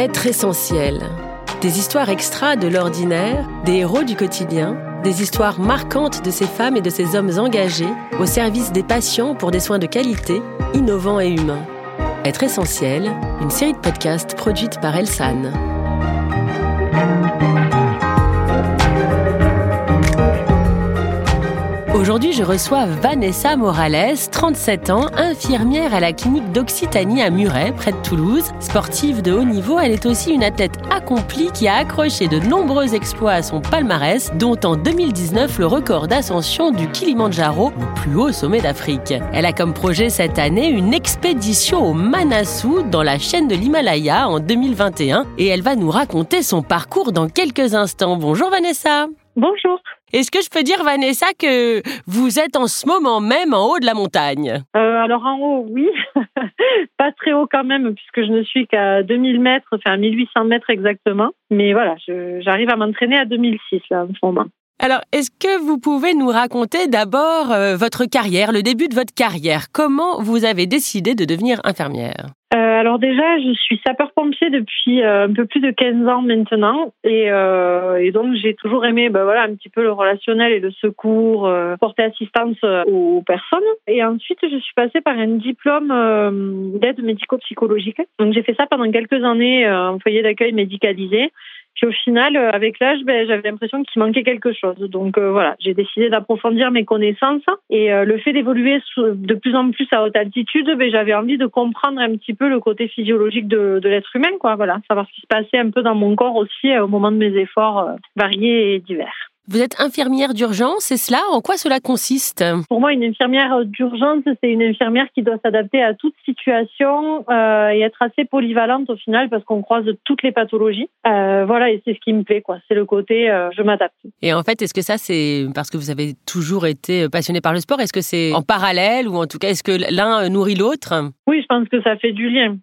Être essentiel. Des histoires extra de l'ordinaire, des héros du quotidien, des histoires marquantes de ces femmes et de ces hommes engagés au service des patients pour des soins de qualité, innovants et humains. Être essentiel, une série de podcasts produite par Elsan. Aujourd'hui, je reçois Vanessa Morales, 37 ans, infirmière à la clinique d'Occitanie à Muret, près de Toulouse. Sportive de haut niveau, elle est aussi une athlète accomplie qui a accroché de nombreux exploits à son palmarès, dont en 2019 le record d'ascension du Kilimandjaro, le plus haut sommet d'Afrique. Elle a comme projet cette année une expédition au Manaslu, dans la chaîne de l'Himalaya, en 2021. Et elle va nous raconter son parcours dans quelques instants. Bonjour Vanessa. Bonjour. Est-ce que je peux dire, Vanessa, que vous êtes en ce moment même en haut de la montagne ? Alors en haut, oui. Pas très haut quand même, puisque je ne suis qu'à 2000 mètres, enfin à 1800 mètres exactement. Mais voilà, j'arrive à m'entraîner à 2006 là, en ce moment. Alors, est-ce que vous pouvez nous raconter d'abord votre carrière, le début de votre carrière ? Comment vous avez décidé de devenir infirmière ? Alors déjà, je suis sapeur-pompier depuis un peu plus de 15 ans maintenant. Et donc, j'ai toujours aimé un petit peu le relationnel et le secours, porter assistance aux personnes. Et ensuite, je suis passée par un diplôme d'aide médico-psychologique. Donc, j'ai fait ça pendant quelques années en foyer d'accueil médicalisé. Puis au final, avec l'âge, j'avais l'impression qu'il manquait quelque chose. Donc j'ai décidé d'approfondir mes connaissances. Et le fait d'évoluer de plus en plus à haute altitude, j'avais envie de comprendre un petit peu le côté physiologique de l'être humain, savoir ce qui se passait un peu dans mon corps aussi au moment de mes efforts variés et divers. Vous êtes infirmière d'urgence, c'est cela ? En quoi cela consiste ? Pour moi, une infirmière d'urgence, c'est une infirmière qui doit s'adapter à toute situation et être assez polyvalente au final parce qu'on croise toutes les pathologies. Et c'est ce qui me plaît, C'est le côté je m'adapte. Et en fait, est-ce que ça, c'est parce que vous avez toujours été passionnée par le sport ? Est-ce que c'est en parallèle ou en tout cas, est-ce que l'un nourrit l'autre ? Oui, je pense que ça fait du lien.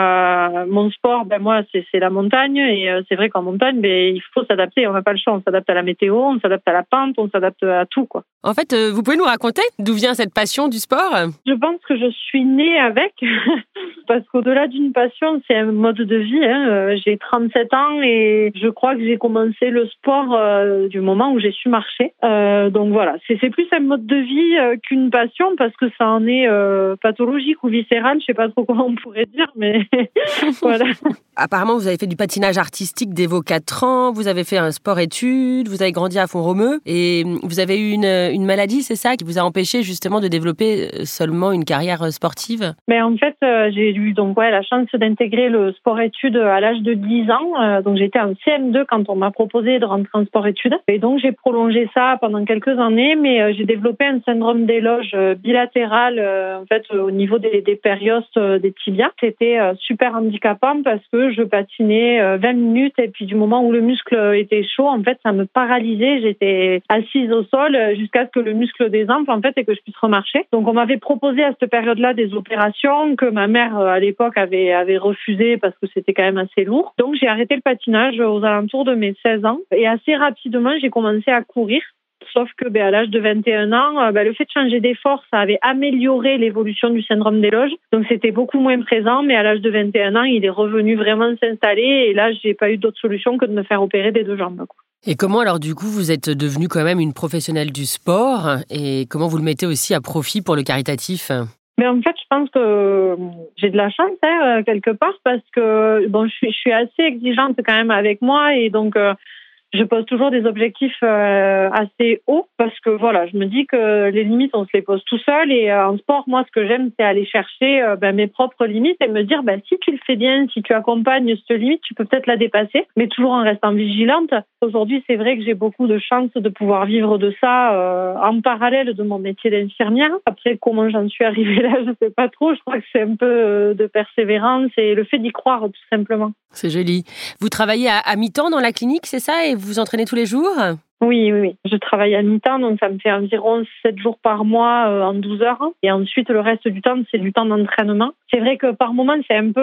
Mon sport, moi, c'est la montagne et c'est vrai qu'en montagne, il faut s'adapter. On n'a pas le choix. On s'adapte à la météo, on s'adapte à la pente, on s'adapte à tout, En fait, vous pouvez nous raconter d'où vient cette passion du sport ? Je pense que je suis née avec, parce qu'au-delà d'une passion, c'est un mode de vie. J'ai 37 ans et je crois que j'ai commencé le sport du moment où j'ai su marcher. Donc voilà, c'est plus un mode de vie qu'une passion parce que ça en est pathologique ou viscéral, je sais pas trop comment on pourrait dire, mais voilà. Apparemment, vous avez fait du patinage artistique dès vos 4 ans, vous avez fait un sport-études, vous avez grandi à Font-Romeu et vous avez eu une maladie, c'est ça, qui vous a empêché justement de développer seulement une carrière sportive ? Mais en fait, j'ai eu la chance d'intégrer le sport-études à l'âge de 10 ans. Donc j'étais en CM2 quand on m'a proposé de rentrer en sport-études. Et donc j'ai prolongé ça pendant quelques années, mais j'ai développé un syndrome des loges bilatéral au niveau des périostes des tibias. C'était super handicapant parce que je patinais 20 minutes et puis du moment où le muscle était chaud, en fait, ça me paralysait. J'étais assise au sol jusqu'à ce que le muscle désenfle, et que je puisse remarcher. Donc, on m'avait proposé à cette période-là des opérations que ma mère, à l'époque, avait refusées parce que c'était quand même assez lourd. Donc, j'ai arrêté le patinage aux alentours de mes 16 ans. Et assez rapidement, j'ai commencé à courir. Sauf que à l'âge de 21 ans, le fait de changer d'effort, ça avait amélioré l'évolution du syndrome des loges. Donc c'était beaucoup moins présent, mais à l'âge de 21 ans, il est revenu vraiment s'installer. Et là, j'ai pas eu d'autre solution que de me faire opérer des 2 jambes. Et comment alors du coup vous êtes devenue quand même une professionnelle du sport et comment vous le mettez aussi à profit pour le caritatif ? Mais en fait, je pense que j'ai de la chance quelque part parce que je suis assez exigeante quand même avec moi et donc je pose toujours des objectifs assez hauts parce que je me dis que les limites, on se les pose tout seul et en sport, moi, ce que j'aime, c'est aller chercher mes propres limites et me dire si tu le fais bien, si tu accompagnes cette limite, tu peux peut-être la dépasser, mais toujours en restant vigilante. Aujourd'hui, c'est vrai que j'ai beaucoup de chance de pouvoir vivre de ça en parallèle de mon métier d'infirmière. Après, comment j'en suis arrivée là, je sais pas trop. Je crois que c'est un peu de persévérance et le fait d'y croire, tout simplement. C'est joli. Vous travaillez à mi-temps dans la clinique, c'est ça ? Et vous vous entraînez tous les jours ? Oui. Je travaille à mi-temps, donc ça me fait environ 7 jours par mois en 12 heures. Et ensuite, le reste du temps, c'est du temps d'entraînement. C'est vrai que par moment, c'est un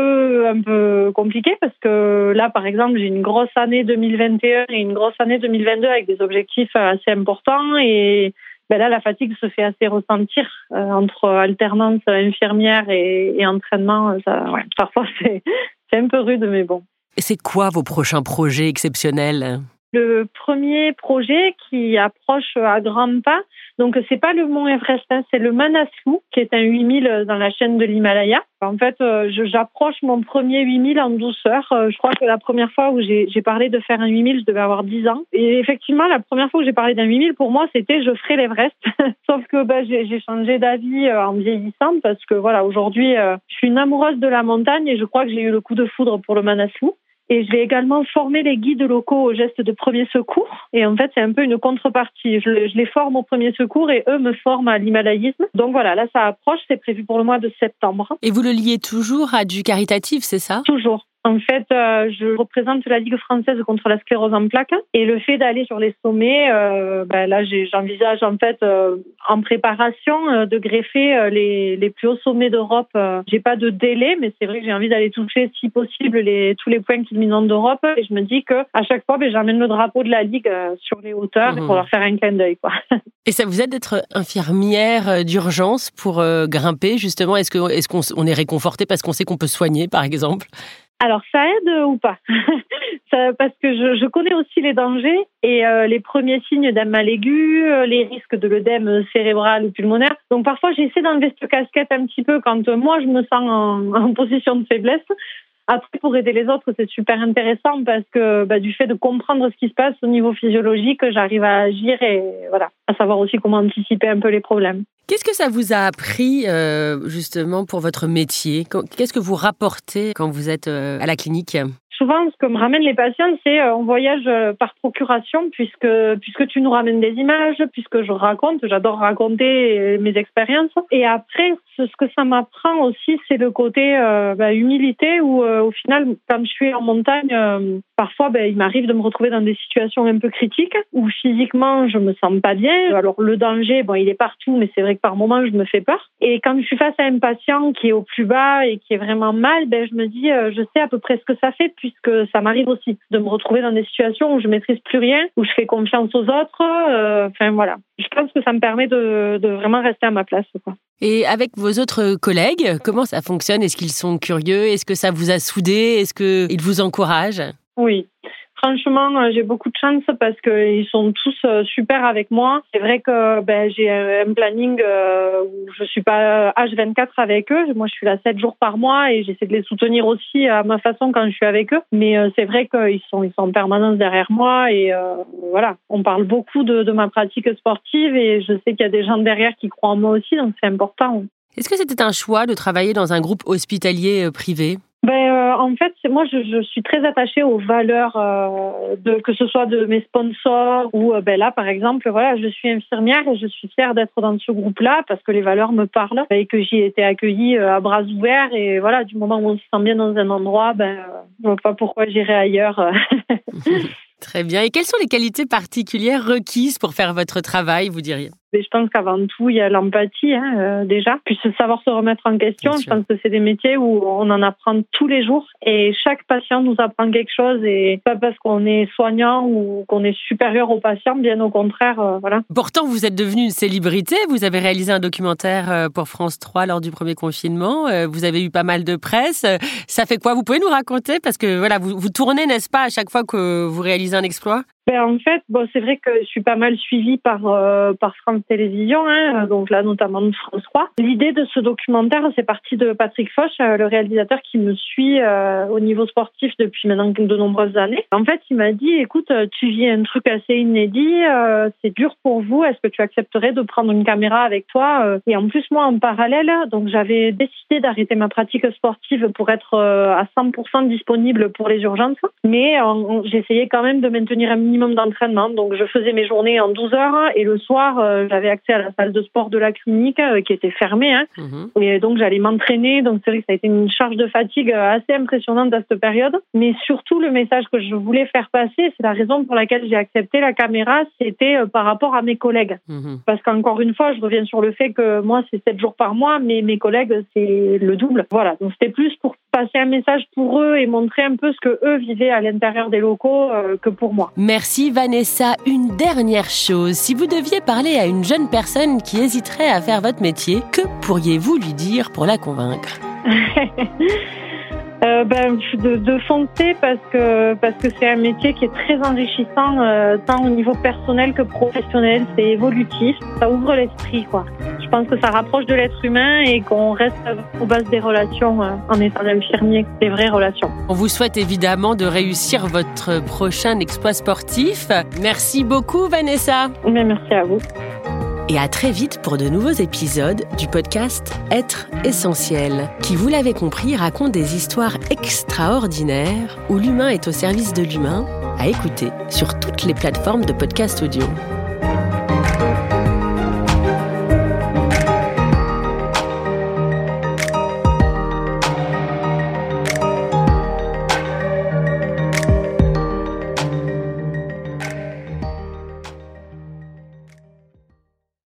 peu compliqué parce que là, par exemple, j'ai une grosse année 2021 et une grosse année 2022 avec des objectifs assez importants. Et là, la fatigue se fait assez ressentir entre alternance infirmière et entraînement. Parfois, c'est un peu rude, mais bon. C'est quoi vos prochains projets exceptionnels ? Le premier projet qui approche à grands pas, donc c'est pas le mont Everest, c'est le Manaslu, qui est un 8000 dans la chaîne de l'Himalaya. En fait, j'approche mon premier 8000 en douceur. Je crois que la première fois où j'ai parlé de faire un 8000, je devais avoir 10 ans. Et effectivement, la première fois où j'ai parlé d'un 8000, pour moi, c'était je ferai l'Everest. Sauf que j'ai changé d'avis en vieillissant parce que voilà, aujourd'hui, je suis une amoureuse de la montagne et je crois que j'ai eu le coup de foudre pour le Manaslu. Et je vais également former les guides locaux aux gestes de premier secours. Et en fait, c'est un peu une contrepartie. Je les forme au premier secours et eux me forment à l'himalayisme. Donc voilà, là, ça approche. C'est prévu pour le mois de septembre. Et vous le liez toujours à du caritatif, c'est ça ? Toujours. En fait, je représente la Ligue française contre la sclérose en plaques et le fait d'aller sur les sommets, là, j'envisage en fait en préparation de greffer les plus hauts sommets d'Europe. J'ai pas de délai, mais c'est vrai que j'ai envie d'aller toucher, si possible, tous les points culminants d'Europe. Et je me dis que à chaque fois, j'emmène le drapeau de la Ligue sur les hauteurs pour leur faire un clin d'œil, quoi. Et ça vous aide d'être infirmière d'urgence pour grimper justement ? Est-ce qu'on est réconforté parce qu'on sait qu'on peut soigner, par exemple ? Alors, ça aide ou pas ? Parce que je connais aussi les dangers et les premiers signes d'un mal aigu, les risques de l'œdème cérébral ou pulmonaire. Donc, parfois, j'essaie d'enlever cette casquette un petit peu quand moi, je me sens en position de faiblesse. Après, pour aider les autres, c'est super intéressant parce que du fait de comprendre ce qui se passe au niveau physiologique, j'arrive à agir et voilà, à savoir aussi comment anticiper un peu les problèmes. Qu'est-ce que ça vous a appris justement pour votre métier ? Qu'est-ce que vous rapportez quand vous êtes à la clinique ? Souvent, ce que me ramènent les patients, c'est on voyage par procuration puisque tu nous ramènes des images, puisque j'adore raconter mes expériences. Et après, ce que ça m'apprend aussi, c'est le côté humilité où au final, quand je suis en montagne, parfois il m'arrive de me retrouver dans des situations un peu critiques où physiquement, je me sens pas bien. Alors le danger, il est partout, mais c'est vrai que par moments, je me fais peur. Et quand je suis face à un patient qui est au plus bas et qui est vraiment mal, je me dis, je sais à peu près ce que ça fait puisque ça m'arrive aussi de me retrouver dans des situations où je maîtrise plus rien, où je fais confiance aux autres. Voilà. Je pense que ça me permet de vraiment rester à ma place, quoi. Et avec vos autres collègues, comment ça fonctionne ? Est-ce qu'ils sont curieux ? Est-ce que ça vous a soudé ? Est-ce qu'ils vous encouragent ? Oui. Franchement, j'ai beaucoup de chance parce qu'ils sont tous super avec moi. C'est vrai que j'ai un planning où je suis pas H24 avec eux. Moi, je suis là 7 jours par mois et j'essaie de les soutenir aussi à ma façon quand je suis avec eux. Mais c'est vrai qu'ils sont en permanence derrière moi et voilà. On parle beaucoup de ma pratique sportive et je sais qu'il y a des gens derrière qui croient en moi aussi, donc c'est important. Est-ce que c'était un choix de travailler dans un groupe hospitalier privé ? En fait, moi, je suis très attachée aux valeurs que ce soit de mes sponsors ou là, par exemple, voilà, je suis infirmière et je suis fière d'être dans ce groupe-là parce que les valeurs me parlent et que j'y ai été accueillie à bras ouverts et voilà, du moment où on se sent bien dans un endroit, je vois pas pourquoi j'irais ailleurs. Très bien. Et quelles sont les qualités particulières requises pour faire votre travail, vous diriez ? Je pense qu'avant tout, il y a l'empathie, déjà. Puis savoir se remettre en question. Je pense que c'est des métiers où on en apprend tous les jours. Et chaque patient nous apprend quelque chose. Et pas parce qu'on est soignant ou qu'on est supérieur aux patients, bien au contraire, voilà. Pourtant, vous êtes devenue une célébrité. Vous avez réalisé un documentaire pour France 3 lors du premier confinement. Vous avez eu pas mal de presse. Ça fait quoi ? Vous pouvez nous raconter ? Parce que voilà, vous tournez, n'est-ce pas, à chaque fois que vous réalisez un exploit ? En fait, c'est vrai que je suis pas mal suivie par France Télévisions, donc là notamment de France 3. L'idée de ce documentaire, c'est parti de Patrick Foch, le réalisateur qui me suit au niveau sportif depuis maintenant de nombreuses années. En fait, il m'a dit, écoute, tu vis un truc assez inédit, c'est dur pour vous, est-ce que tu accepterais de prendre une caméra avec toi ? Et en plus, moi, en parallèle, donc j'avais décidé d'arrêter ma pratique sportive pour être à 100% disponible pour les urgences, mais j'essayais quand même de maintenir un minimum d'entraînement. Donc, je faisais mes journées en 12 heures et le soir, j'avais accès à la salle de sport de la clinique qui était fermée. Et donc, j'allais m'entraîner. Donc, c'est vrai que ça a été une charge de fatigue assez impressionnante à cette période. Mais surtout, le message que je voulais faire passer, c'est la raison pour laquelle j'ai accepté la caméra, c'était par rapport à mes collègues. Parce qu'encore une fois, je reviens sur le fait que moi, c'est 7 jours par mois, mais mes collègues, c'est le double. Voilà. Donc, c'était plus pour passer un message pour eux et montrer un peu ce que eux vivaient à l'intérieur des locaux que pour moi. Merci Vanessa. Une dernière chose, si vous deviez parler à une jeune personne qui hésiterait à faire votre métier, que pourriez-vous lui dire pour la convaincre ? De foncer parce que c'est un métier qui est très enrichissant tant au niveau personnel que professionnel. C'est évolutif, ça ouvre l'esprit, quoi. Je pense que ça rapproche de l'être humain et qu'on reste aux bases des relations en étant infirmier, des vraies relations. On vous souhaite évidemment de réussir votre prochain exploit sportif. Merci beaucoup Vanessa. Mais merci à vous. Et à très vite pour de nouveaux épisodes du podcast Être essentiel, qui, vous l'avez compris, raconte des histoires extraordinaires où l'humain est au service de l'humain, à écouter sur toutes les plateformes de podcast audio.